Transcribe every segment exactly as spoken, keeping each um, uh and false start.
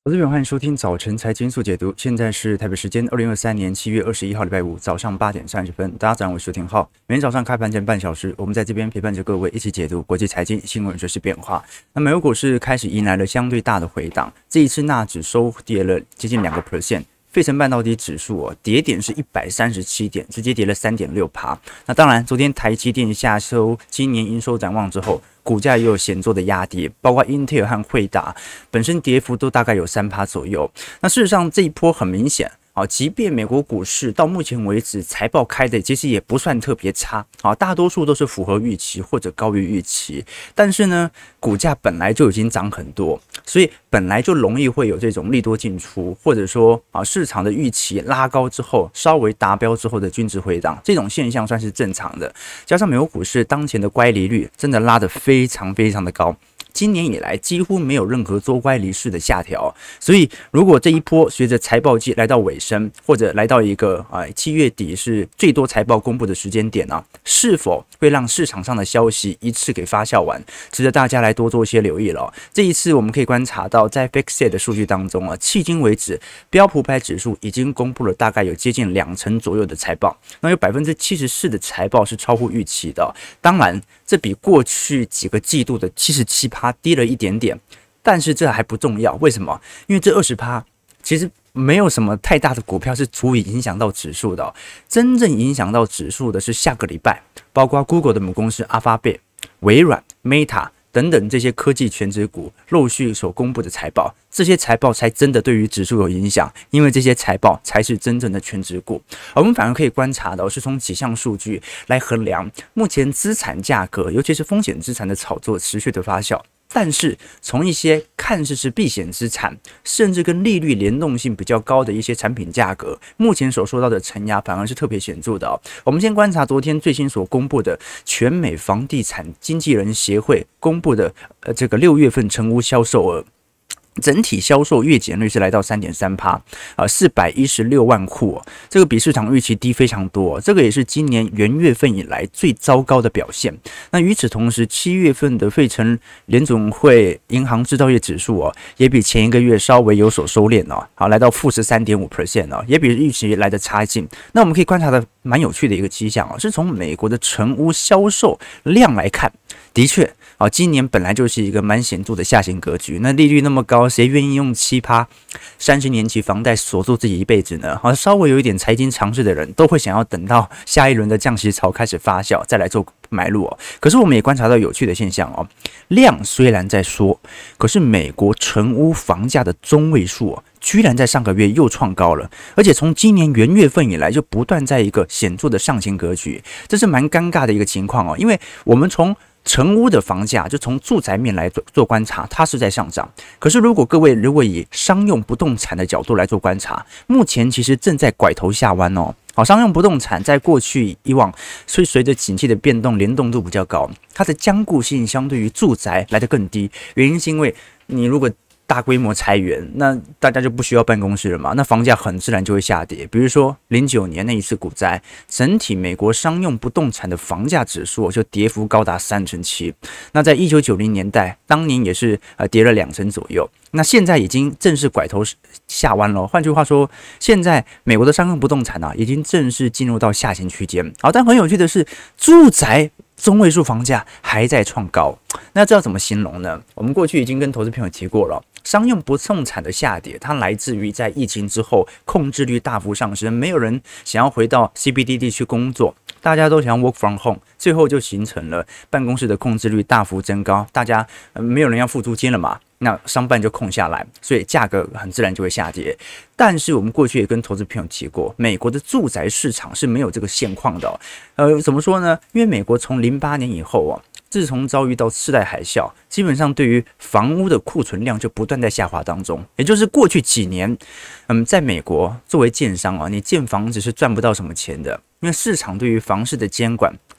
我是远欢迎收听早晨财经速解读，现在是台北时间二零二三年七月二十一号礼拜五早上八点三十分，大家早上好，我是廷浩。每天早上开盘前半小时，我们在这边陪伴着各位一起解读国际财经新闻、随时变化。那美国股市开始迎来了相对大的回档，这一次纳指收跌了接近两个 percent。费城半导体指数哦，跌点是一百三十七点，直接跌了 三点六趴。那当然，昨天台积电下收今年营收展望之后，股价也有显著的压跌，包括英特尔和辉达本身跌幅都大概有 百分之三 左右。那事实上这一波很明显。好，即便美国股市到目前为止财报开的其实也不算特别差，好，大多数都是符合预期或者高于预期，但是呢，股价本来就已经涨很多，所以本来就容易会有这种利多进出，或者说啊市场的预期拉高之后稍微达标之后的均值回档，这种现象算是正常的。加上美国股市当前的乖离率真的拉得非常非常的高。今年以来几乎没有任何周乖离式的下调，所以如果这一波随着财报季来到尾声，或者来到一个啊七月底是最多财报公布的时间点啊，是否会让市场上的消息一次给发酵完，值得大家来多做一些留意了、哦。这一次我们可以观察到，在 F A C T 的数据当中啊，迄今为止标普五百指数已经公布了大概有接近两成左右的财报，那有 百分之七十四 的财报是超乎预期的、哦。当然，这比过去几个季度的 百分之七十七低了一点点，但是这还不重要。为什么？因为这 百分之二十 其实没有什么太大的股票是足以影响到指数的、哦。真正影响到指数的是下个礼拜，包括 Google 的母公司 Alphabet、微软、Meta 等等这些科技全指股陆续所公布的财报，这些财报才真的对于指数有影响，因为这些财报才是真正的全指股。而我们反而可以观察到，是从几项数据来衡量目前资产价格，尤其是风险资产的炒作持续的发酵。但是从一些看似是避险资产，甚至跟利率联动性比较高的一些产品价格，目前所说到的承压反而是特别显著的、哦。我们先观察昨天最新所公布的全美房地产经纪人协会公布的呃这个六月份成屋销售额。整体销售月减率是来到 百分之三点三 啊，四百一十六万户、哦，这个比市场预期低非常多、哦，这个也是今年元月份以来最糟糕的表现。那与此同时，七月份的费城联总会银行制造业指数哦，也比前一个月稍微有所收敛哦，好，来到负 百分之十三点五 哦，也比预期来的差劲。那我们可以观察的蛮有趣的一个迹象哦，是从美国的成屋销售量来看，的确。好，今年本来就是一个蛮显著的下行格局。那利率那么高，谁愿意用 百分之七 三十年期房贷锁住自己一辈子呢？好，稍微有一点财经常识的人都会想要等到下一轮的降息潮开始发酵，再来做买入哦。可是我们也观察到有趣的现象哦，量虽然在缩，可是美国成屋房价的中位数哦，居然在上个月又创高了，而且从今年元月份以来就不断在一个显著的上行格局，这是蛮尴尬的一个情况哦，因为我们从成屋的房价就从住宅面来做做观察，它是在上涨。可是如果各位如果以商用不动产的角度来做观察，目前其实正在拐头下弯哦。好，商用不动产在过去以往，所以随着景气的变动，联动度比较高，它的坚固性相对于住宅来得更低。原因是因为你如果大规模裁员，那大家就不需要办公室了嘛，那房价很自然就会下跌。比如说零九年那一次股灾，整体美国商用不动产的房价指数就跌幅高达三成七。那在一九九零年代，当年也是呃跌了两成左右。那现在已经正式拐头下弯了。换句话说，现在美国的商用不动产啊，已经正式进入到下行区间。好，但很有趣的是，住宅中位数房价还在创高。那这要怎么形容呢？我们过去已经跟投资朋友提过了。商用不动产的下跌，它来自于在疫情之后控制率大幅上升，没有人想要回到 C B D 地区工作，大家都想要 work from home， 最后就形成了办公室的控制率大幅增高，大家、呃、没有人要付租金了嘛，那商办就空下来，所以价格很自然就会下跌。但是我们过去也跟投资朋友提过，美国的住宅市场是没有这个现况的、哦。呃，怎么说呢？因为美国从零八年以后啊，自从遭遇到次贷海啸，基本上对于房屋的库存量就不断在下滑当中。也就是过去几年，嗯，在美国作为建商啊，你建房子是赚不到什么钱的，因为市场对于房市的监管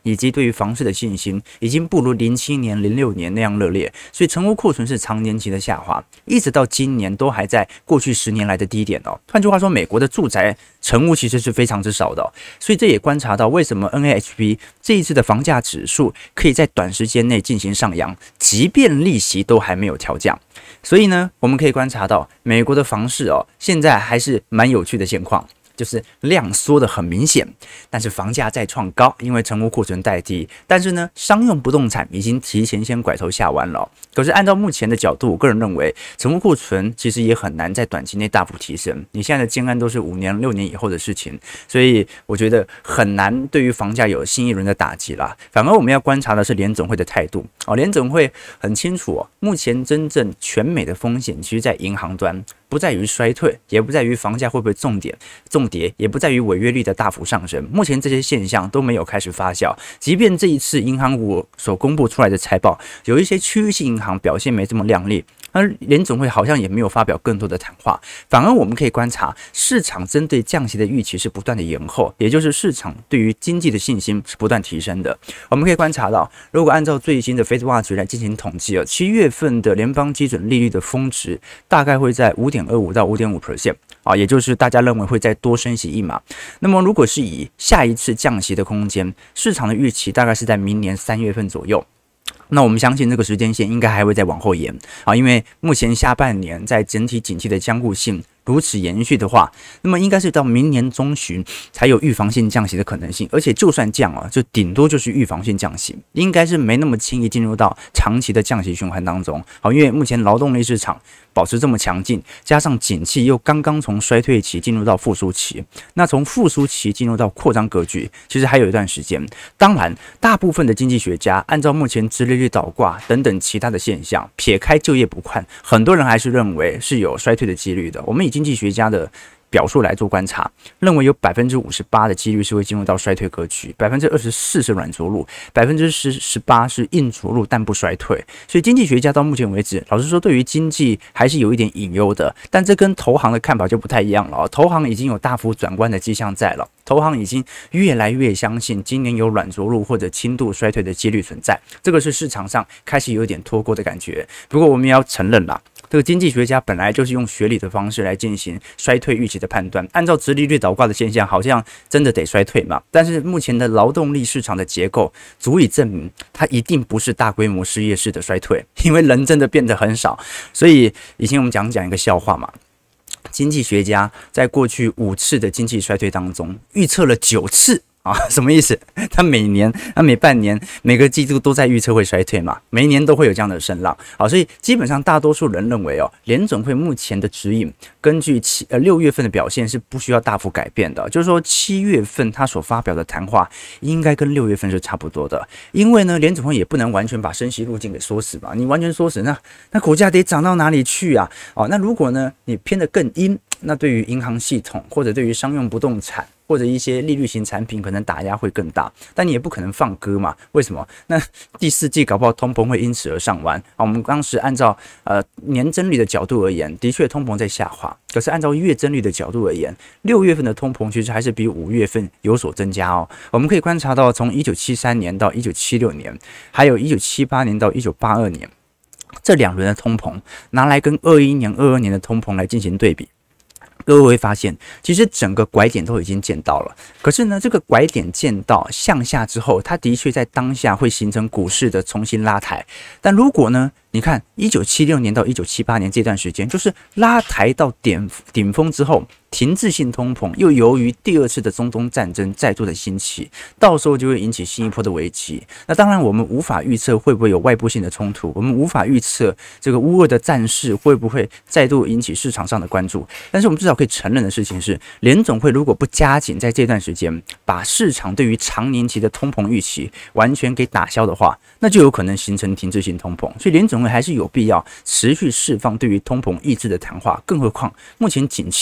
以及对于房市的信心，已经不如零七年、零六年那样热烈，所以成屋库存是长年期的下滑，一直到今年都还在过去十年来的低点哦。换句话说，美国的住宅成屋其实是非常之少的哦，所以这也观察到为什么 N A H B 这一次的房价指数可以在短时间内进行上扬，即便利息都还没有调降。所以呢，我们可以观察到美国的房市哦，现在还是蛮有趣的现况。就是量缩的很明显，但是房价再创高，因为成屋库存代替。但是呢，商用不动产已经提前先拐头下弯了。可是按照目前的角度，我个人认为成屋库存其实也很难在短期内大幅提升。你现在的建案都是五年、六年以后的事情，所以我觉得很难对于房价有新一轮的打击啦。反而我们要观察的是联总会的态度哦，联总会很清楚哦，目前真正全美的风险，其实在银行端。不在于衰退，也不在于房价会不会重点重跌，也不在于违约率的大幅上升。目前这些现象都没有开始发酵，即便这一次银行股所公布出来的财报，有一些区域性银行表现没这么亮丽，而联总会好像也没有发表更多的谈话。反而我们可以观察，市场针对降息的预期是不断的延后，也就是市场对于经济的信心是不断提升的。我们可以观察到，如果按照最新的 FedWatch 来进行统计哦，七月份的联邦基准利率的峰值大概会在 五点二五 到 百分之五点五 啊，也就是大家认为会再多升息一码。那么如果是以下一次降息的空间，市场的预期大概是在明年三月份左右。那我们相信这个时间线应该还会再往后延啊，因为目前下半年在整体景气的僵固性如此延续的话，那么应该是到明年中旬才有预防性降息的可能性，而且就算降啊，就顶多就是预防性降息，应该是没那么轻易进入到长期的降息循环当中。好，因为目前劳动力市场保持这么强劲，加上景气又刚刚从衰退期进入到复苏期，那从复苏期进入到扩张格局，其实还有一段时间。当然，大部分的经济学家按照目前殖利率倒挂等等其他的现象，撇开就业不宽，很多人还是认为是有衰退的几率的。我们以经济学家的表述来做观察，认为有 百分之五十八 的几率是会进入到衰退格局， 百分之二十四 是软着陆， 百分之十八 是硬着陆但不衰退。所以经济学家到目前为止，老实说对于经济还是有一点隐忧的，但这跟投行的看法就不太一样了。投行已经有大幅转弯的迹象在了，投行已经越来越相信今年有软着陆或者轻度衰退的几率存在，这个是市场上开始有一点脱钩的感觉。不过我们也要承认啦，这个经济学家本来就是用学理的方式来进行衰退预期的判断，按照殖利率倒挂的现象，好像真的得衰退嘛。但是目前的劳动力市场的结构足以证明，它一定不是大规模失业式的衰退，因为人真的变得很少。所以以前我们讲讲一个笑话嘛，经济学家在过去五次的经济衰退当中，预测了九次。啊，什么意思？他每年、他每半年、每个季度都在预测会衰退嘛，每一年都会有这样的声浪。好，所以基本上大多数人认为哦，联总会目前的指引，根据七呃六月份的表现是不需要大幅改变的，就是说七月份他所发表的谈话应该跟六月份是差不多的，因为呢，联总会也不能完全把升息路径给缩死吧，你完全缩死，那那股价得涨到哪里去啊？哦，那如果呢，你偏得更阴，那对于银行系统或者对于商用不动产，或者一些利率型产品可能打压会更大，但你也不可能放鸽嘛？为什么？那第四季搞不好通膨会因此而上弯啊！我们当时按照呃年增率的角度而言，的确通膨在下滑，可是按照月增率的角度而言，六月份的通膨其实还是比五月份有所增加哦。我们可以观察到，从一九七三年到一九七六年，还有一九七八年到一九八二年这两轮的通膨，拿来跟二一年、二二年的通膨来进行对比。各位会发现，其实整个拐点都已经见到了。可是呢，这个拐点见到向下之后，它的确在当下会形成股市的重新拉抬。但如果呢，你看一九七六年到一九七八年这段时间，就是拉抬到顶顶峰之后，停滞性通膨又由于第二次的中东战争再度的兴起，到时候就会引起新一波的危机。那当然，我们无法预测会不会有外部性的冲突，我们无法预测这个乌俄的战事会不会再度引起市场上的关注。但是我们至少可以承认的事情是，联总会如果不加紧在这段时间把市场对于长年期的通膨预期完全给打消的话，那就有可能形成停滞性通膨。所以联总会还是有必要持续释放对于通膨抑制的谈话，更何况目前景气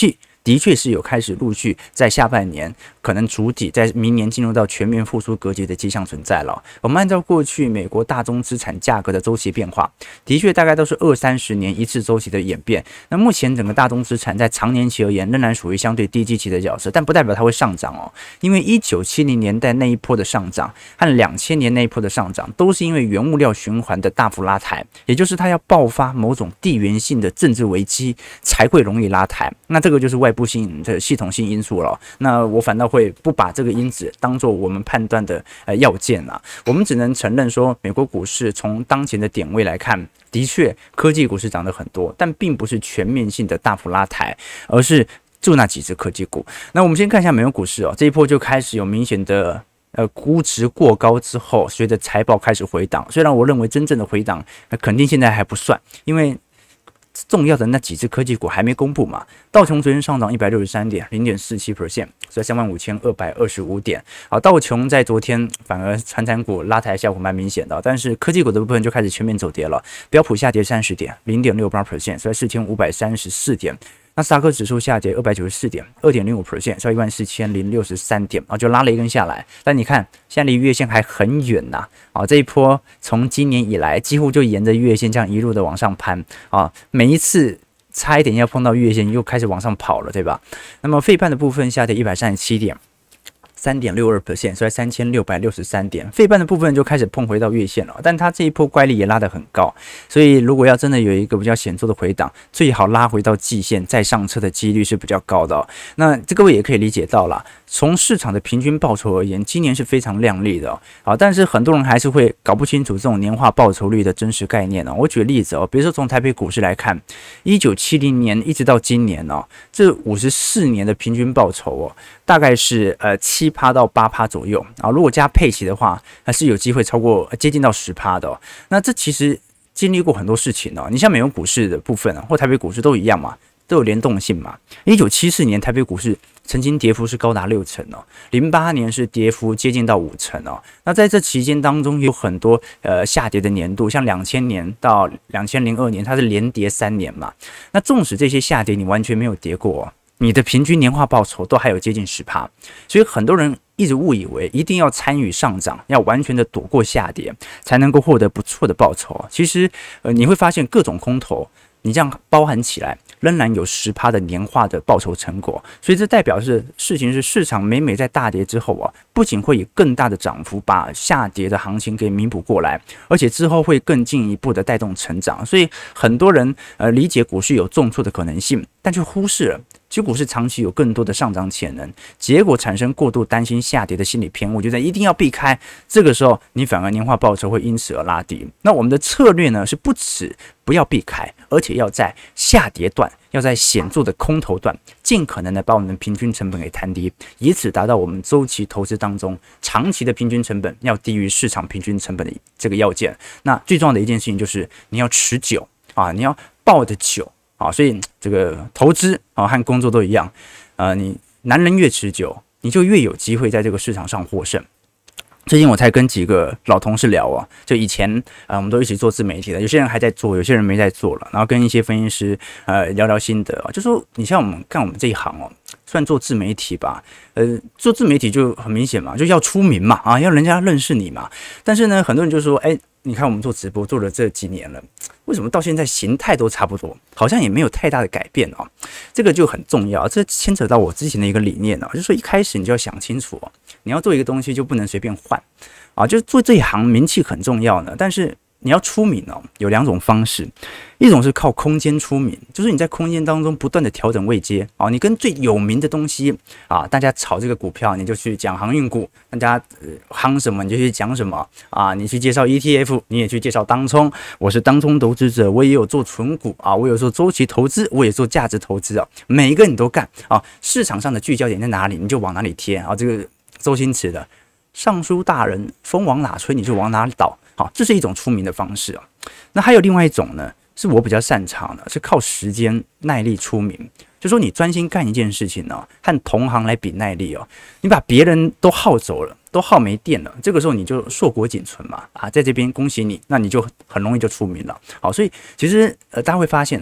的确是有开始陆续在下半年可能主体在明年进入到全面复苏格局的迹象存在了。我们按照过去美国大宗资产价格的周期变化，的确大概都是二三十年一次周期的演变。那目前整个大宗资产在长年期而言仍然属于相对低基期的角色，但不代表它会上涨哦。因为一九七零年代那一波的上涨和两千年那一波的上涨，都是因为原物料循环的大幅拉抬，也就是它要爆发某种地缘性的政治危机才会容易拉抬。那这个就是外部性的系统性因素了。那我反倒会不把这个因子当作我们判断的呃要件啊，我们只能承认说，美国股市从当前的点位来看，的确科技股市涨得很多，但并不是全面性的大幅拉抬，而是就那几只科技股。那我们先看一下美国股市哦，这一波就开始有明显的呃估值过高之后，随着财报开始回档。虽然我认为真正的回档、呃、肯定现在还不算，因为重要的那几只科技股还没公布嘛。道琼昨天上涨一百六十三点 零点四七 percent， 在三万五千二百二十五点。好，道琼在昨天反而传产股拉抬效果蛮明显的，但是科技股的部分就开始全面走跌了。标普下跌三十点 零点六八 percent， 在四千五百三十四点。那斯达克指数下跌二百九十四点 二点零五 percent， 在一万四千零六十三点，啊，就拉了一根下来。但你看，现在离月线还很远呐，啊，这一波从今年以来几乎就沿着月线这样一路的往上攀，啊，每一次差一点要碰到月线，又开始往上跑了，对吧？那么费半的部分下跌一百三十七点。三点六二 percent， 所以三千六百六十三点，费半的部分就开始碰回到月线了，但它这一波乖离也拉得很高，所以如果要真的有一个比较显著的回档，最好拉回到季线再上车的几率是比较高的哦。那这各位也可以理解到啦，从市场的平均报酬而言，今年是非常亮丽的哦。好，但是很多人还是会搞不清楚这种年化报酬率的真实概念哦。我举个例子哦，比如说从台北股市来看，一九七零年一直到今年哦，这五十四年的平均报酬哦，大概是呃七趴到八趴左右啊，如果加配息的话，还是有机会超过接近到十趴的哦。那这其实经历过很多事情哦。你像美国股市的部分啊，或台北股市都一样嘛，都有联动性嘛。一九七四年台北股市曾经跌幅是高达六成哦，零八年是跌幅接近到五成哦。那在这期间当中，有很多呃下跌的年度，像两千年到两千零二年，它是连跌三年嘛。那纵使这些下跌你完全没有跌过哦，你的平均年化报酬都还有接近 百分之十， 所以很多人一直误以为一定要参与上涨，要完全的躲过下跌，才能够获得不错的报酬。其实，呃，你会发现各种空头，你这样包含起来，仍然有 百分之十 的年化的报酬成果。所以这代表是事情是市场每每在大跌之后啊，不仅会以更大的涨幅把下跌的行情给弥补过来，而且之后会更进一步的带动成长。所以很多人呃理解股市有重挫的可能性，但却忽视了其实股市长期有更多的上涨潜能，结果产生过度担心下跌的心理偏误，我觉得一定要避开。这个时候，你反而年化报酬会因此而拉低。那我们的策略呢，是不止不要避开，而且要在下跌段，要在显著的空头段，尽可能的把我们的平均成本给摊低，以此达到我们周期投资当中长期的平均成本要低于市场平均成本的这个要件。那最重要的一件事情就是你要持久啊，你要抱得久。啊，所以这个投资啊和工作都一样，呃，你男人越持久，你就越有机会在这个市场上获胜。最近我才跟几个老同事聊啊，就以前呃我们都一起做自媒体的，有些人还在做，有些人没在做了，然后跟一些分析师呃聊聊心得啊，就说你像我们干我们这一行哦，算做自媒体吧，呃，做自媒体就很明显嘛，就要出名嘛，啊，要人家认识你嘛。但是呢，很多人就说，哎，你看我们做直播做了这几年了，为什么到现在形态都差不多，好像也没有太大的改变哦？这个就很重要，这牵扯到我之前的一个理念哦，就是说一开始你就要想清楚哦，你要做一个东西就不能随便换啊，就是做这一行名气很重要呢，但是你要出名哦，有两种方式，一种是靠空间出名，就是你在空间当中不断的调整位阶啊，你跟最有名的东西啊，大家炒这个股票，你就去讲航运股，大家呃夯什么你就去讲什么啊，你去介绍 E T F， 你也去介绍当冲，我是当冲投资者，我也有做纯股啊，我有做周期投资，我也做价值投资啊，每一个你都干啊，市场上的聚焦点在哪里，你就往哪里贴啊，这个周星驰的尚书大人风往哪吹，你就往哪里倒。好，这是一种出名的方式啊。那还有另外一种呢，是我比较擅长的，是靠时间耐力出名。就说你专心干一件事情呢、哦，和同行来比耐力哦，你把别人都耗走了，都耗没电了，这个时候你就硕果仅存嘛啊，在这边恭喜你，那你就很容易就出名了。好，所以其实呃大家会发现哦，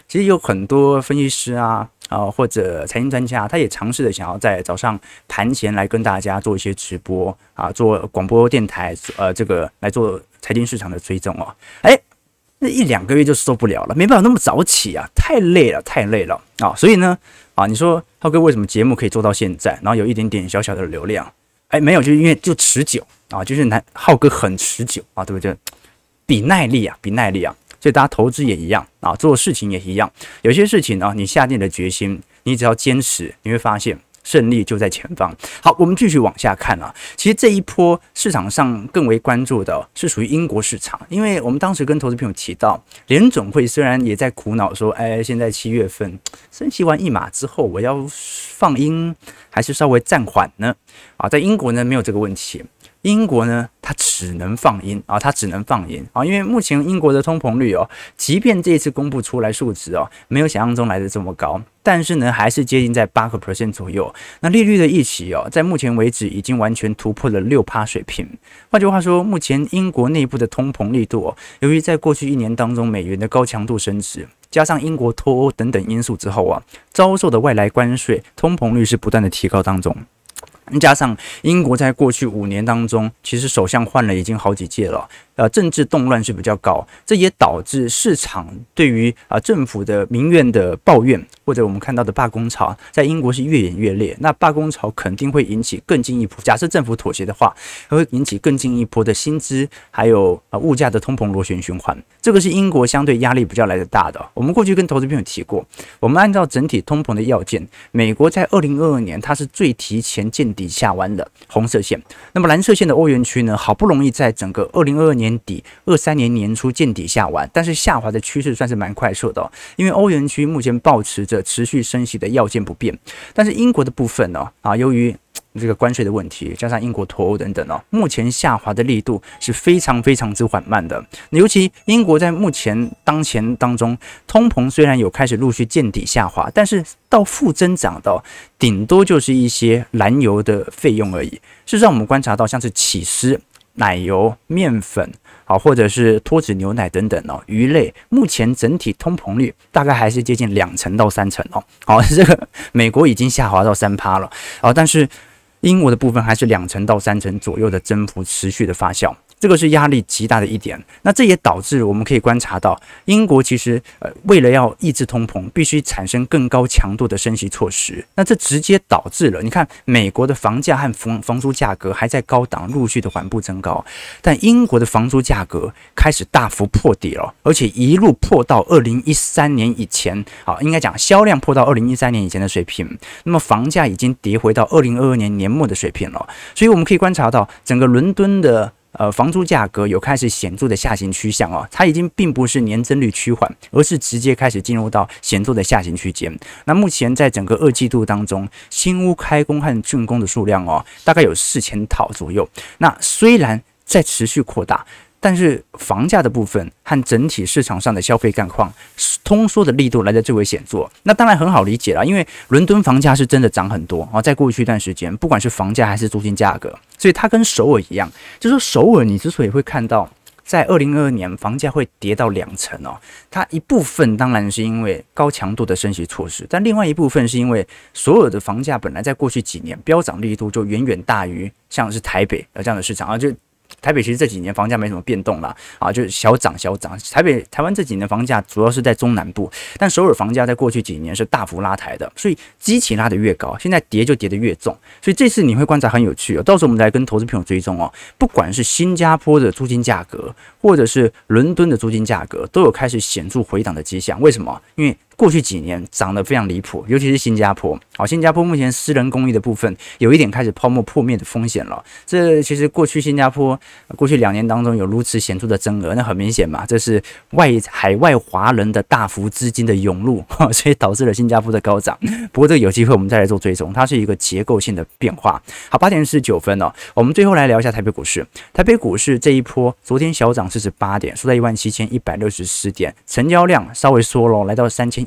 其实有很多分析师啊。啊、呃，或者财经专家，他也尝试的想要在早上盘前来跟大家做一些直播啊，做广播电台，呃，这个来做财经市场的追踪哦。哎，那一两个月就受不了了，没办法那么早起啊，太累了，太累了啊。所以呢，啊，你说浩哥为什么节目可以做到现在，然后有一点点小小的流量？哎，没有，就是因为就持久啊，就是南浩哥很持久啊，对不对？比耐力啊，比耐力啊。所以大家投资也一样啊，做事情也一样。有些事情啊，你下定了决心，你只要坚持，你会发现胜利就在前方。好，我们继续往下看啊。其实这一波市场上更为关注的是属于英国市场，因为我们当时跟投资朋友提到，联总会虽然也在苦恼说，哎，现在七月份升息完一码之后，我要放鹰还是稍微暂缓呢？啊，在英国呢没有这个问题。英国呢，它只能放鹰啊，它只能放鹰啊，因为目前英国的通膨率哦，即便这一次公布出来数值哦，没有想象中来的这么高，但是呢，还是接近在八个 percent 左右。那利率的预期哦，在目前为止已经完全突破了六趴水平。换句话说，目前英国内部的通膨力度哦，由于在过去一年当中美元的高强度升值，加上英国脱欧等等因素之后啊，遭受的外来关税，通膨率是不断的提高当中。加上英国在过去五年当中，其实首相换了已经好几届了，呃，政治动乱是比较高，这也导致市场对于啊、呃、政府的民怨的抱怨，或者我们看到的罢工潮，在英国是越演越烈。那罢工潮肯定会引起更进一步，假设政府妥协的话，会引起更进一步的薪资还有啊、呃、物价的通膨螺旋循环。这个是英国相对压力比较来得大的。我们过去跟投资朋友提过，我们按照整体通膨的要件，美国在二零二二年它是最提前见底下弯的红色线，那么蓝色线的欧元区呢，好不容易在整个二零二二年底、二三年年初见底下弯，但是下滑的趋势算是蛮快速的、哦，因为欧元区目前抱持着持续升息的要件不变，但是英国的部分呢、哦，啊，由于这个关税的问题，加上英国脱欧等等哦，目前下滑的力度是非常非常之缓慢的。尤其英国在目前当前当中，通膨虽然有开始陆续见底下滑，但是到负增长的、哦，顶多就是一些燃油的费用而已。事实上，我们观察到像是起司、奶油、面粉。好，或者是脱脂牛奶等等哦，鱼类目前整体通膨率大概还是接近两成到三成哦。好，这个美国已经下滑到三趴了，哦，但是英国的部分还是两成到三成左右的增幅持续的发酵。这个是压力极大的一点，那这也导致我们可以观察到，英国其实呃为了要抑制通膨，必须产生更高强度的升息措施。那这直接导致了，你看美国的房价和房房租价格还在高档陆续的缓步增高，但英国的房租价格开始大幅破底了，而且一路破到二零一三年以前，啊，应该讲销量破到二零一三年以前的水平。那么房价已经跌回到二零二二年年末的水平了，所以我们可以观察到整个伦敦的。呃，房租价格有开始显著的下行趋向哦，它已经并不是年增率趋缓，而是直接开始进入到显著的下行区间。那目前在整个二季度当中，新屋开工和竣工的数量哦，大概有四千套左右。那虽然在持续扩大，但是房价的部分和整体市场上的消费概况通缩的力度来得最为显著。那当然很好理解啦，因为伦敦房价是真的涨很多啊，在过去一段时间，不管是房价还是租金价格，所以它跟首尔一样，就是说首尔你之所以会看到在二零二二年房价会跌到两成哦，它一部分当然是因为高强度的升息措施，但另外一部分是因为所有的房价本来在过去几年飙涨力度就远远大于像是台北的这样的市场啊，就。台北其实这几年房价没什么变动啦，啊，就是小涨小涨。台北、台湾这几年房价主要是在中南部，但首尔房价在过去几年是大幅拉抬的，所以基期拉得越高，现在跌就跌得越重。所以这次你会观察很有趣哦，到时候我们来跟投资朋友追踪哦，不管是新加坡的租金价格，或者是伦敦的租金价格，都有开始显著回档的迹象。为什么？因为过去几年涨得非常离谱，尤其是新加坡。好，新加坡目前私人公寓的部分有一点开始泡沫破灭的风险了。这其实过去新加坡过去两年当中有如此显著的增额，那很明显嘛，这是外海外华人的大幅资金的涌入，所以导致了新加坡的高涨。不过这个有机会我们再来做追踪，它是一个结构性的变化。好，八点四十九分哦，我们最后来聊一下台北股市。台北股市这一波昨天小涨四十八点，收在一万七千一百六十四点，成交量稍微缩了，来到三千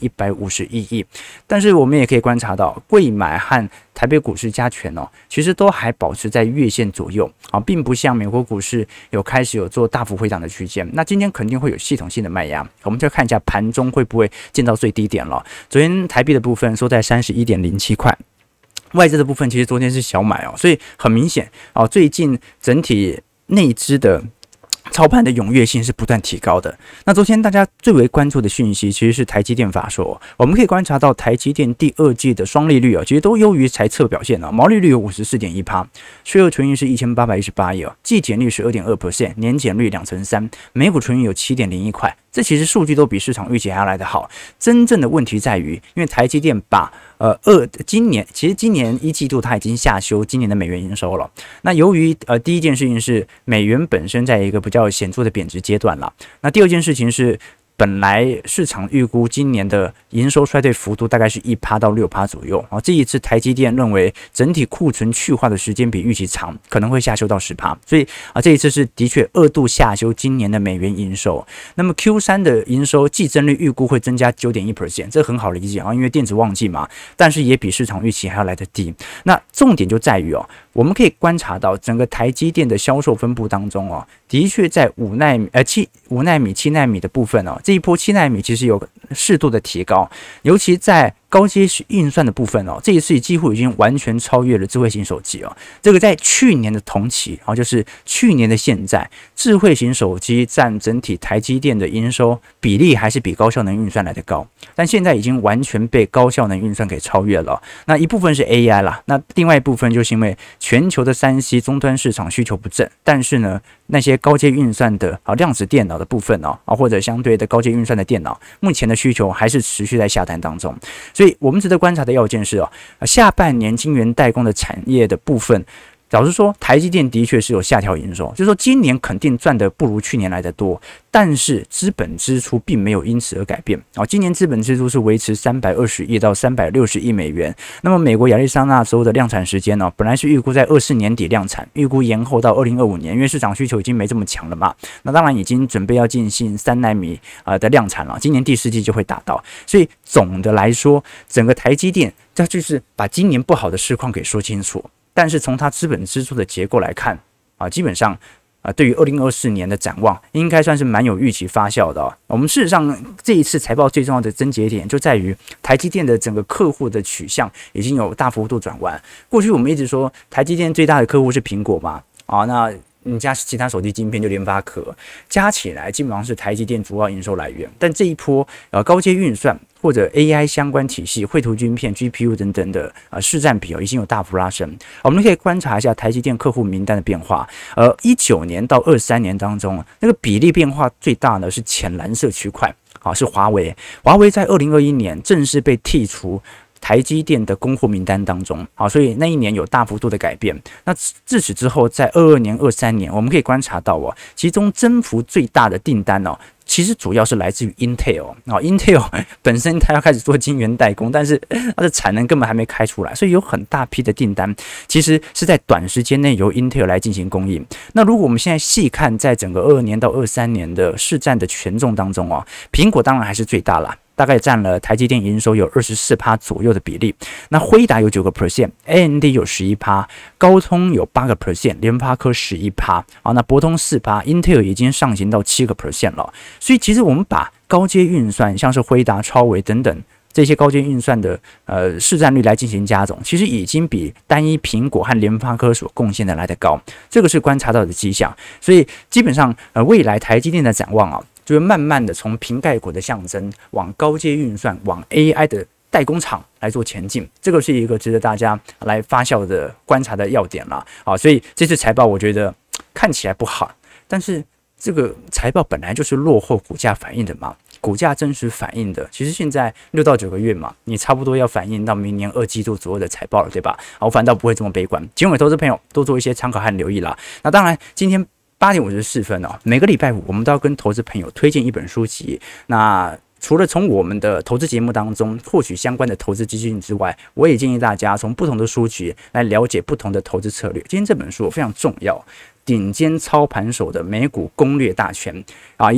一百五十一亿。但是我们也可以观察到，贵买和台北股市加权哦，其实都还保持在月线左右啊，并不像美国股市有开始有做大幅回档的区间。那今天肯定会有系统性的卖压，我们就看一下盘中会不会见到最低点了。昨天台币的部分收在三十一点零七块。外资的部分其实昨天是小买哦，所以很明显哦，最近整体内资的操盘的踊跃性是不断提高的。那昨天大家最为关注的讯息其实是台积电法说，我们可以观察到台积电第二季的双利率哦，其实都优于财测表现了，毛利率有 百分之五十四点一， 税后纯益是一千八百一十八亿哦，季减率是 百分之二点二， 年减率两成三，每股纯益有 七点零一块。这其实数据都比市场预期还要来得好。真正的问题在于，因为台积电把呃二今年其实今年一季度它已经下修今年的美元营收了。那由于呃第一件事情是美元本身在一个比较显著的贬值阶段了。那第二件事情是，本来市场预估今年的营收衰退幅度大概是 百分之一到 百分之六 左右啊，这一次台积电认为整体库存去化的时间比预期长，可能会下修到 百分之十， 所以啊这一次是的确二度下修今年的美元营收。那么 Q 三 的营收季增率预估会增加 百分之九点一， 这很好理解啊，因为电子旺季嘛，但是也比市场预期还要来得低。那重点就在于哦，我们可以观察到整个台积电的销售分布当中哦，的确在五奈米呃七五奈米七奈米的部分哦，这一波七奈米其实有适度的提高，尤其在高阶运算的部分哦，这一次几乎已经完全超越了智慧型手机哦。这个在去年的同期啊，就是去年的现在，智慧型手机占整体台积电的营收比例还是比高效能运算来的高，但现在已经完全被高效能运算给超越了。那一部分是 A I 啦，那另外一部分就是因为全球的 三 C 终端市场需求不振，但是呢，那些高阶运算的啊量子电脑的部分哦，啊或者相对的高阶运算的电脑，目前的需求还是持续在下单当中。所以我们值得观察的要件是哦，下半年晶圆代工的产业的部分，老实说，台积电的确是有下调营收，就是说今年肯定赚的不如去年来的多，但是资本支出并没有因此而改变啊。今年资本支出是维持三百二十亿到三百六十亿美元。那么美国亚利桑那州的量产时间呢，本来是预估在二四年底量产，预估延后到二零二五年，因为市场需求已经没这么强了嘛。那当然已经准备要进行三奈米啊的量产了，今年第四季就会达到。所以总的来说，整个台积电这就是把今年不好的市况给说清楚。但是从它资本支出的结构来看啊，基本上啊，对于二零二四年的展望，应该算是蛮有预期发酵的哦。我们事实上这一次财报最重要的症结点就在于台积电的整个客户的取向已经有大幅度转弯。过去我们一直说台积电最大的客户是苹果嘛，啊，那你加其他手机晶片就联发科，加起来基本上是台积电主要营收来源。但这一波呃高阶运算或者 A I 相关体系、绘图晶片、G P U 等等的呃市占比哦，已经有大幅拉升。我们可以观察一下台积电客户名单的变化。呃，一九年到二三年当中，那个比例变化最大呢是浅蓝色区块，啊，是华为。华为在二零二一年正式被剔除台积电的供货名单当中，好，所以那一年有大幅度的改变。那自此之后，在二二年、二三年，我们可以观察到哦，其中增幅最大的订单哦，其实主要是来自于 Intel 啊 ，Intel 本身它要开始做晶圆代工，但是它的产能根本还没开出来，所以有很大批的订单其实是在短时间内由 Intel 来进行供应。那如果我们现在细看，在整个二二年到二三年的市占的权重当中哦，苹果当然还是最大啦。大概占了台积电营收有 百分之二十四 左右的比例，那辉达有 百分之九 ，A M D 有 百分之十一， 高通有 百分之八， 联发科 百分之十一， 啊，那博通 百分之四， Intel 已经上行到 百分之七 了。所以其实我们把高阶运算，像是辉达、超微等等这些高阶运算的呃市占率来进行加总，其实已经比单一苹果和联发科所贡献的来得高，这个是观察到的迹象。所以基本上呃未来台积电的展望啊，就会慢慢的从瓶盖股的象征往高阶运算、往 A I 的代工厂来做前进，这个是一个值得大家来发酵的观察的要点啦。啊，所以这次财报我觉得看起来不好，但是这个财报本来就是落后股价反应的嘛，股价真实反映的，其实现在六到九个月嘛，你差不多要反映到明年二季度左右的财报了，对吧？我反倒不会这么悲观，请我投资朋友多做一些参考和留意啦。那当然，今天八点五十四分哦，每个礼拜五我们都要跟投资朋友推荐一本书籍。那除了从我们的投资节目当中获取相关的投资资讯之外，我也建议大家从不同的书籍来了解不同的投资策略。今天这本书非常重要，顶尖操盘手的美股攻略大全啊，一样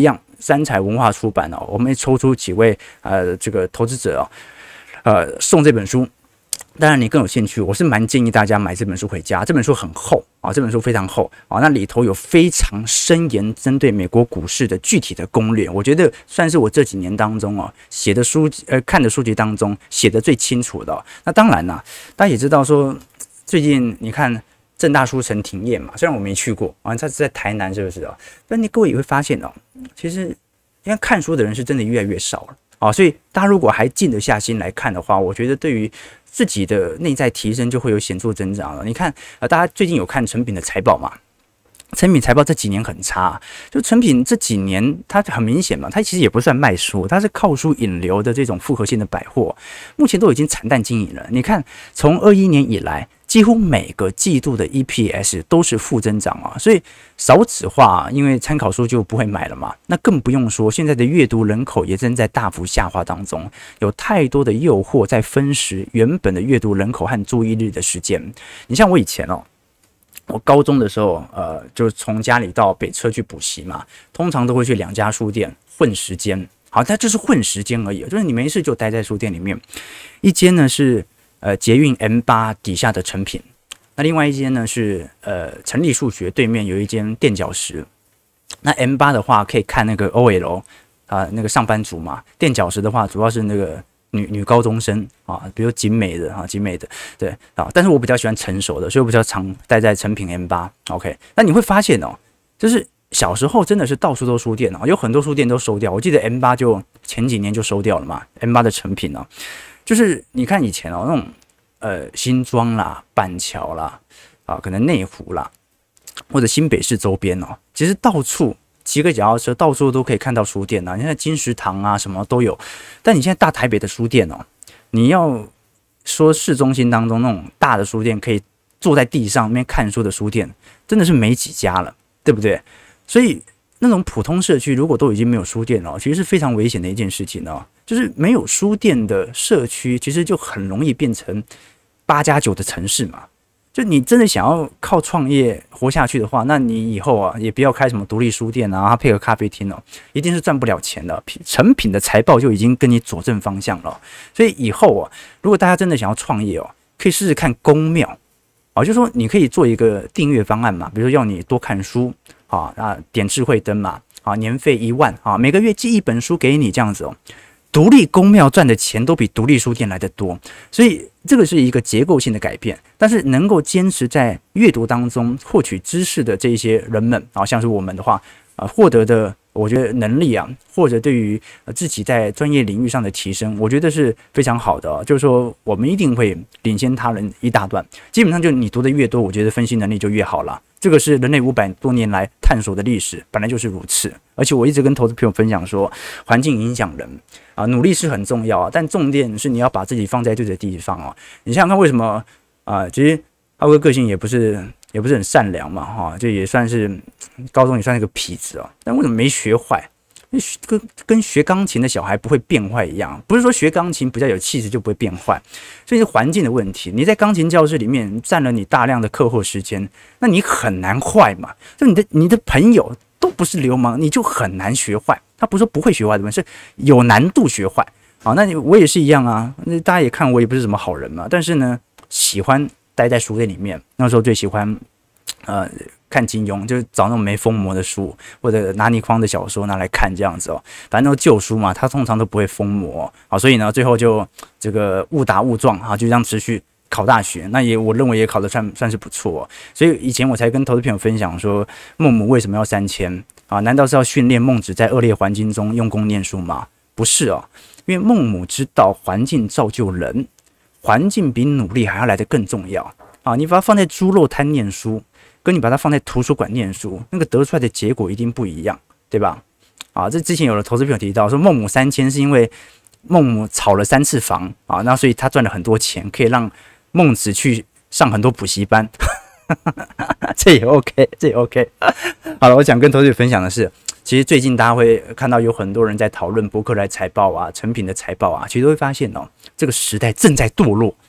三彩文化出版哦，我们抽出几位呃这个投资者哦，呃送这本书。当然，你更有兴趣，我是蛮建议大家买这本书回家。这本书很厚啊，这本书非常厚啊，那里头有非常深研针对美国股市的具体的攻略，我觉得算是我这几年当中啊写的书呃看的书籍当中写的最清楚的、哦。那当然啦、啊，大家也知道说，最近你看政大书城停业嘛，虽然我没去过啊，它是在台南，是不是啊？但你各位也会发现哦，其实因为看书的人是真的越来越少了啊，所以大家如果还静得下心来看的话，我觉得对于自己的内在提升就会有显著增长了。你看，呃，大家最近有看诚品的财报嘛？诚品财报这几年很差，就诚品这几年它很明显嘛，它其实也不算卖书，它是靠书引流的这种复合性的百货，目前都已经惨淡经营了。你看，从二一年以来，几乎每个季度的 E P S 都是负增长啊，所以少子化，因为参考书就不会买了嘛，那更不用说现在的阅读人口也正在大幅下滑当中，有太多的诱惑在分食原本的阅读人口和注意力的时间。你像我以前哦。我高中的时候，呃，就从家里到北车去补习嘛，通常都会去两家书店混时间。好，它就是混时间而已，就是你没事就待在书店里面。一间呢是呃捷运 M 八 底下的诚品，那另外一间呢是呃成立数学对面有一间垫脚石。那 M 八 的话可以看那个 O L 啊、呃，那个上班族嘛；垫脚石的话主要是那个。女女高中生啊，比如景美的啊，景美的对啊，但是我比较喜欢成熟的，所以我比较常待在诚品 M 八。OK， 那你会发现哦，就是小时候真的是到处都书店哦，有很多书店都收掉。我记得 M 八就前几年就收掉了嘛 ，M 八的成品哦，就是你看以前哦那种呃新庄啦、板桥啦啊，可能内湖啦，或者新北市周边哦，其实到处。骑个脚踏车，到处都可以看到书店啊！你看金石堂啊，什么都有。但你现在大台北的书店哦，你要说市中心当中那种大的书店，可以坐在地上面看书的书店，真的是没几家了，对不对？所以那种普通社区如果都已经没有书店了，其实是非常危险的一件事情哦。就是没有书店的社区，其实就很容易变成八加九的城市嘛。就你真的想要靠创业活下去的话，那你以后啊也不要开什么独立书店啊，配合咖啡厅哦，一定是赚不了钱的。成品的财报就已经跟你佐证方向了，所以以后啊，如果大家真的想要创业哦，可以试试看公庙啊，就是说你可以做一个订阅方案嘛，比如说要你多看书啊，那点智慧灯嘛，啊，年费一万啊，每个月寄一本书给你这样子哦。独立公庙赚的钱都比独立书店来得多，所以这个是一个结构性的改变。但是能够坚持在阅读当中获取知识的这些人们啊，像是我们的话，啊，获得的我觉得能力啊，或者对于自己在专业领域上的提升，我觉得是非常好的、啊。就是说，我们一定会领先他人一大段。基本上就你读的越多，我觉得分析能力就越好了。这个是人类五百多年来探索的历史，本来就是如此。而且我一直跟投资朋友分享说，环境影响人啊，努力是很重要啊，但重点是你要把自己放在对的地方啊。你想想看，为什么啊？其实阿哥个性也不是也不是很善良嘛，哈，就也算是高中也算是个痞子啊，但为什么没学坏？跟跟学钢琴的小孩不会变坏一样，不是说学钢琴比较有气质就不会变坏，所以是环境的问题。你在钢琴教室里面占了你大量的课后时间，那你很难坏嘛。就你的你的朋友都不是流氓，你就很难学坏。他不是说不会学坏的问题，是有难度学坏。好，那我也是一样啊。那大家也看我也不是什么好人嘛，但是呢，喜欢待在书店里面。那时候最喜欢，呃。看金庸，就是找那种没封膜的书，或者拿尼匡的小说拿来看这样子哦。反正都旧书嘛，它通常都不会封膜，好，所以呢，最后就这个误打误撞啊，就这样持续考大学。那也我认为也考得算算是不错、哦。所以以前我才跟投资朋友分享说，孟母为什么要三迁啊？难道是要训练孟子在恶劣环境中用功念书吗？不是哦，因为孟母知道环境造就人，环境比努力还要来得更重要啊！你把它放在猪肉摊念书。跟你把它放在图书馆念书，那个得出来的结果一定不一样，对吧？啊，这之前有的投资朋友提到说，孟母三迁是因为孟母炒了三次房啊，那所以他赚了很多钱，可以让孟子去上很多补习班，这也 OK， 这也 OK。好了，我想跟投资者分享的是，其实最近大家会看到有很多人在讨论伯克莱财报啊、成品的财报啊，其实都会发现哦，这个时代正在堕落。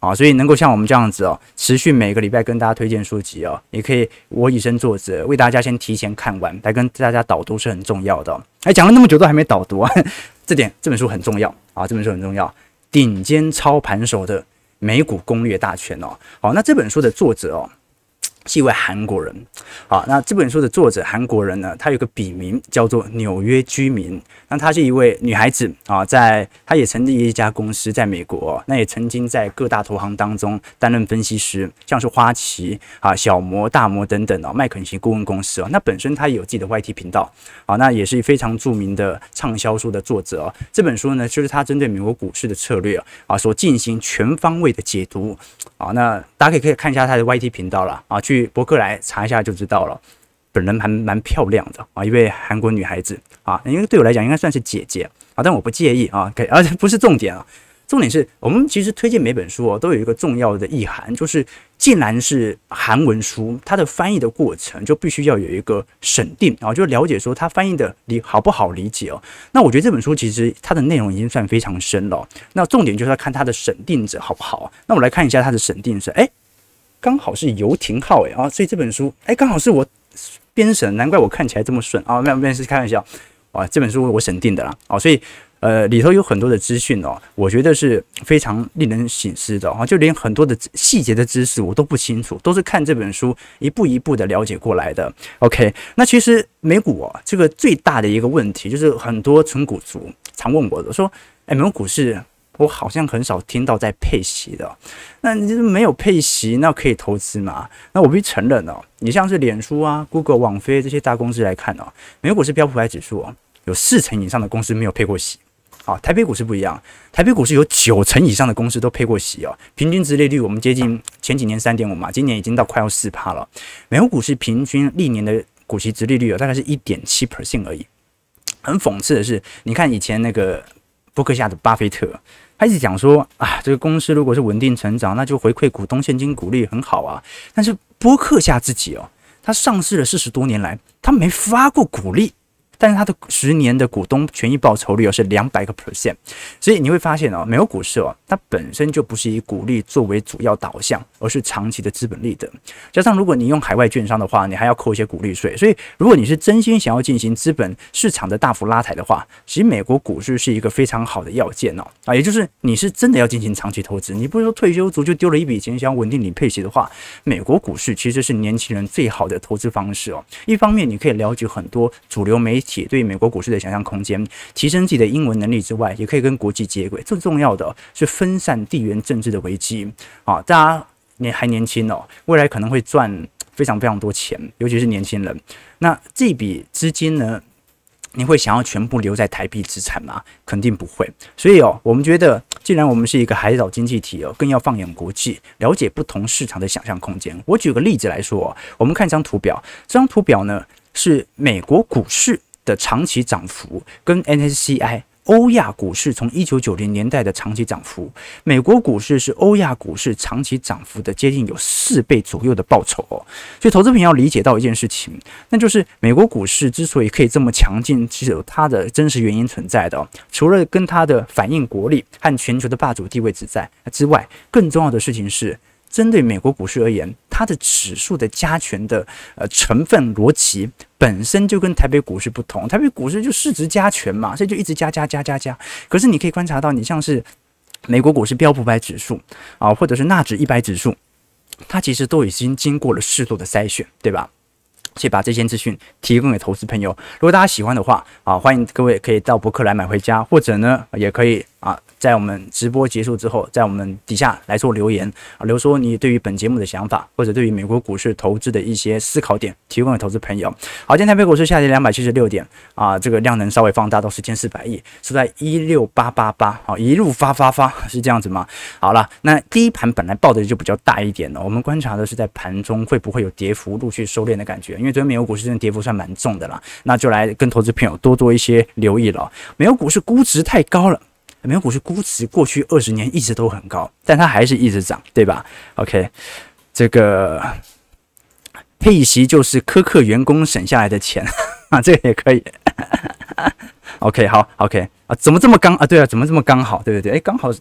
啊，所以能够像我们这样子哦，持续每个礼拜跟大家推荐书籍哦，也可以我以身作则，为大家先提前看完，来跟大家导读是很重要的、哦。哎，讲了那么久都还没导读啊，这点这本书很重要啊，这本书很重要，顶尖操盘手的美股攻略大全哦。好，那这本书的作者哦。是一位韩国人，好，那这本书的作者韩国人呢，他有个笔名叫做纽约居民。那她是一位女孩子啊，在她也成立一家公司，在美国，那也曾经在各大投行当中担任分析师，像是花旗啊、小摩、大摩等等哦，麦肯锡顾问公司哦。那本身她也有自己的 Y T 频道啊，那也是非常著名的畅销书的作者哦。这本书呢，就是他针对美国股市的策略啊，所进行全方位的解读啊。那大家可以可以看一下他的 Y T 频道了啊，去博客来查一下就知道了。本人还蛮漂亮的啊，一位韩国女孩子啊，因为对我来讲应该算是姐姐啊，但我不介意啊，而且不是重点啊，重点是我们其实推荐每本书哦，都有一个重要的意涵，就是既然是韩文书，它的翻译的过程就必须要有一个审定啊，就了解说它翻译的理好不好理解哦。那我觉得这本书其实它的内容已经算非常深了、哦，那重点就是要看它的审定者好不好。那我来看一下它的审定是，哎，刚好是游廷浩哎啊，所以这本书哎刚好是我编审，难怪我看起来这么顺啊！没有没有是开玩笑，啊，这本书我审定的啦，哦，所以呃里头有很多的资讯哦，我觉得是非常令人省思的啊，就连很多的细节的知识我都不清楚，都是看这本书一步一步的了解过来的。OK， 那其实美股啊，这个最大的一个问题就是很多纯股族常问我的说，哎，美国股市我好像很少听到在配息的、哦，那你没有配息，那可以投资吗？那我必须承认哦，你像是脸书啊、Google、网飞这些大公司来看哦，美国股市标普百指数哦，有四成以上的公司没有配过息。好，台北股市不一样，台北股市有九成以上的公司都配过息哦，平均殖利率我们接近前几年 三点五 嘛，今年已经到快要 百分之四 了。美国股市平均历年的股息殖利率哦，大概是 百分之一点七 而已。很讽刺的是，你看以前那个波克夏的巴菲特。他一直讲说啊，这个公司如果是稳定成长，那就回馈股东现金股利很好啊。但是波克夏自己哦，他上市了四十多年来，他没发过股利，但是他的十年的股东权益报酬率哦是两百个 percent， 所以你会发现哦，美国股市哦，它本身就不是以股利作为主要导向，而是长期的资本利得。加上如果你用海外券商的话，你还要扣一些股利税，所以如果你是真心想要进行资本市场的大幅拉抬的话，其实美国股市是一个非常好的要件哦啊，也就是你是真的要进行长期投资，你不是说退休族就丢了一笔钱想要稳定领配息的话，美国股市其实是年轻人最好的投资方式哦。一方面你可以了解很多主流媒体对于美国股市的想象空间，提升自己的英文能力之外，也可以跟国际接轨。最重要的是分散地缘政治的危机啊！大家你还年轻哦，未来可能会赚非常非常多钱，尤其是年轻人。那这笔资金呢，你会想要全部留在台币资产吗？肯定不会。所以哦，我们觉得，既然我们是一个海岛经济体哦，更要放眼国际，了解不同市场的想象空间。我举个例子来说、哦，我们看一张图表，这张图表呢是美国股市的长期涨幅跟 N S C I 欧亚股市从一九九零年代的长期涨幅，美国股市是欧亚股市长期涨幅的接近有四倍左右的报酬哦。所以投资朋友要理解到一件事情，那就是美国股市之所以可以这么强劲，是有它的真实原因存在的、哦。除了跟它的反映国力和全球的霸主地位之在之外，更重要的事情是，针对美国股市而言，它的指数的加权的呃成分逻辑本身就跟台北股市不同，台北股市就市值加权嘛，所以就一直加加加加加。可是你可以观察到，你像是美国股市标普百指数啊，或者是纳指一百指数，它其实都已经经过了适度的筛选，对吧？所以把这些资讯提供给投资朋友。如果大家喜欢的话啊，欢迎各位可以到博客来买回家，或者呢也可以啊，在我们直播结束之后，在我们底下来做留言啊，留说你对于本节目的想法，或者对于美国股市投资的一些思考点，提供给投资朋友。好，今天台北股市下跌两百七十六点啊，这个量能稍微放大到十千四百亿，是在一六八八八，好，一路发发发，是这样子吗？好了，那第一盘本来报的就比较大一点了，我们观察的是在盘中会不会有跌幅陆续收敛的感觉，因为昨天美国股市真的跌幅算蛮重的啦，那就来跟投资朋友多做一些留意了。美国股市估值太高了。美国股市估值过去二十年一直都很高，但它还是一直涨，对吧 ？OK， 这个配息就是苛刻员工省下来的钱啊，这个也可以。OK， 好 ，OK 啊，怎么这么刚啊？对啊，怎么这么刚好？对不对？哎，刚好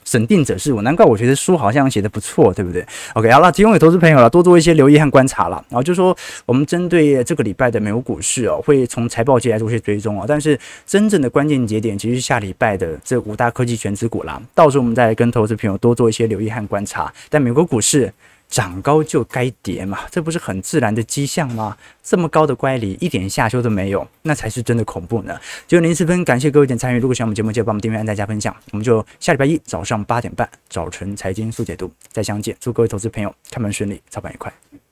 审定者是我，难怪我觉得书好像写的不错，对不对 ？OK， 好了，提供给投资朋友了，多做一些留意和观察了。然后就说我们针对这个礼拜的美国股市哦，会从财报季来做一些追踪哦。但是真正的关键节点其实是下礼拜的这五大科技全指股啦，到时候我们再来跟投资朋友多做一些留意和观察。但美国股市涨高就该跌嘛，这不是很自然的迹象吗？这么高的乖离，一点下修都没有，那才是真的恐怖呢。九点零四分，感谢各位的参与。如果喜欢我们节目，记得帮我们订阅、按赞、加分享。我们就下礼拜一早上八点半，早晨财经速解读再相见。祝各位投资朋友开门顺利，操盘愉快。